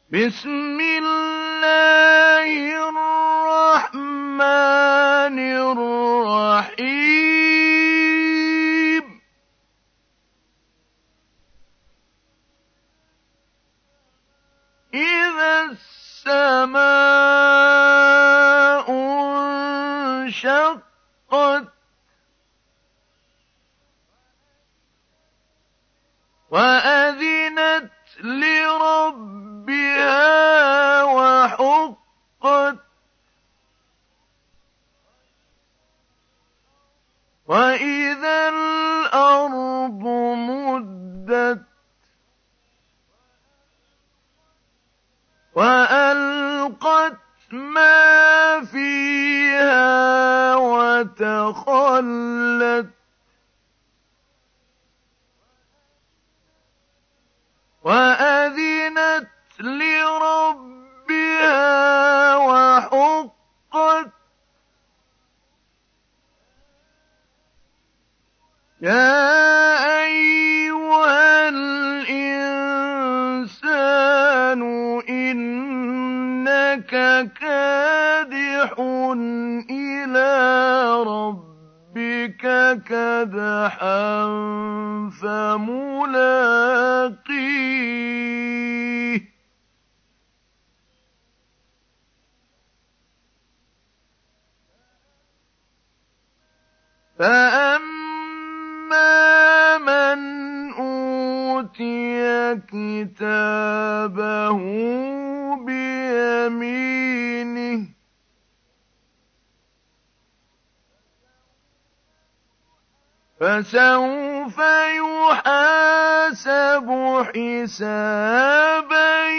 بسم الله الرحمن الرحيم إذا السماء انشقت وأذنت لربها وحقت وإذا الأرض مدت وألقت ما فيها وتخلت وأذنت لربها وحقت يا أيها الإنسان إنك كادح إلى ربك كدحا فملاقيه فأما من أوتي كتابه بيمينه فسوف يحاسب حسابا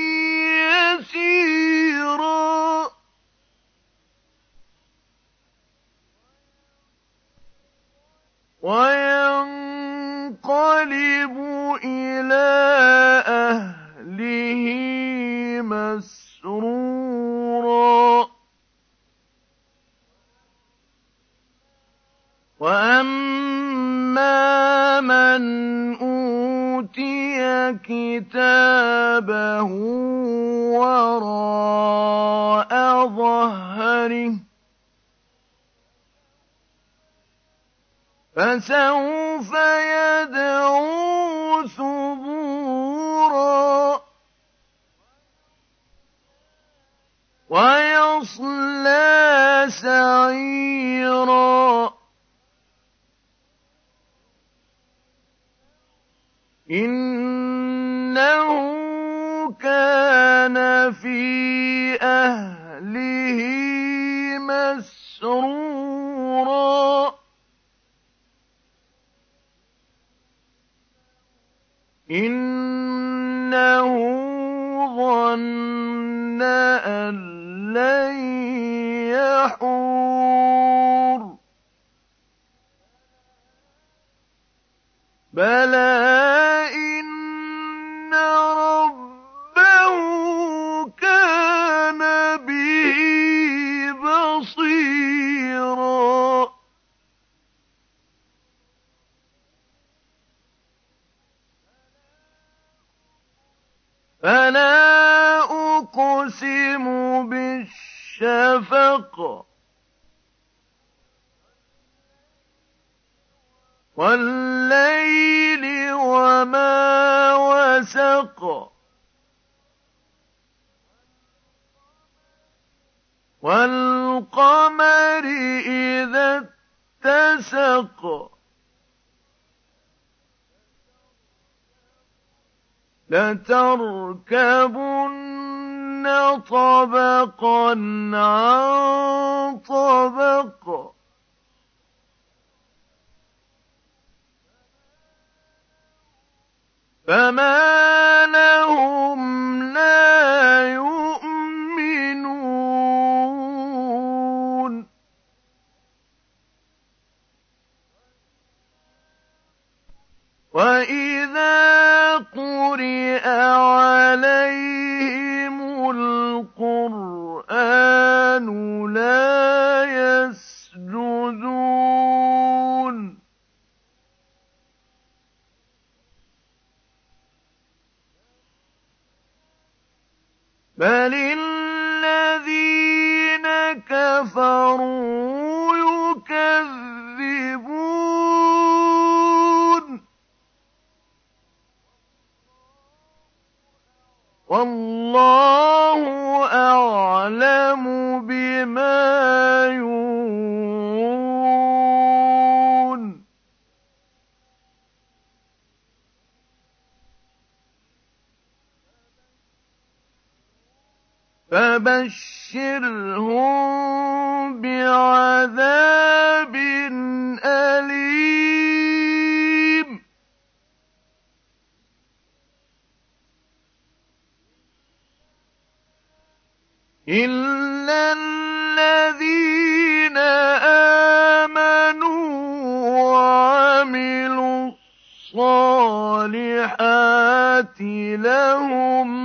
يسيرا وينقلب إلى أهله مسرورا وأما من أوتي كتابه وراء ظهره فسوف يدعو ثبورا ويصلى سعيرا إنه كان في أهله مسرورا إنه ظن أن لن يحور بلى إن ربه كان به بصيرا فلا أقسم بالشفق والليل وما وسق والقمر إذا اتسق لتركبن طبقا عن طبق فما لهم لا يؤمنون وإذا قرئ عليهم القرآن لا يسجدون بَلِ الَّذِينَ كَفَرُوا يُكَذِّبُونَ وَاللَّهُ أَعْلَمُ بِمَا يُوعُونَ فَبَشِّرْهُم بِعَذَابٍ أَلِيمٍ إِلَّا الَّذِينَ آمَنُوا وَعَمِلُوا الصَّالِحَاتِ لَهُمْ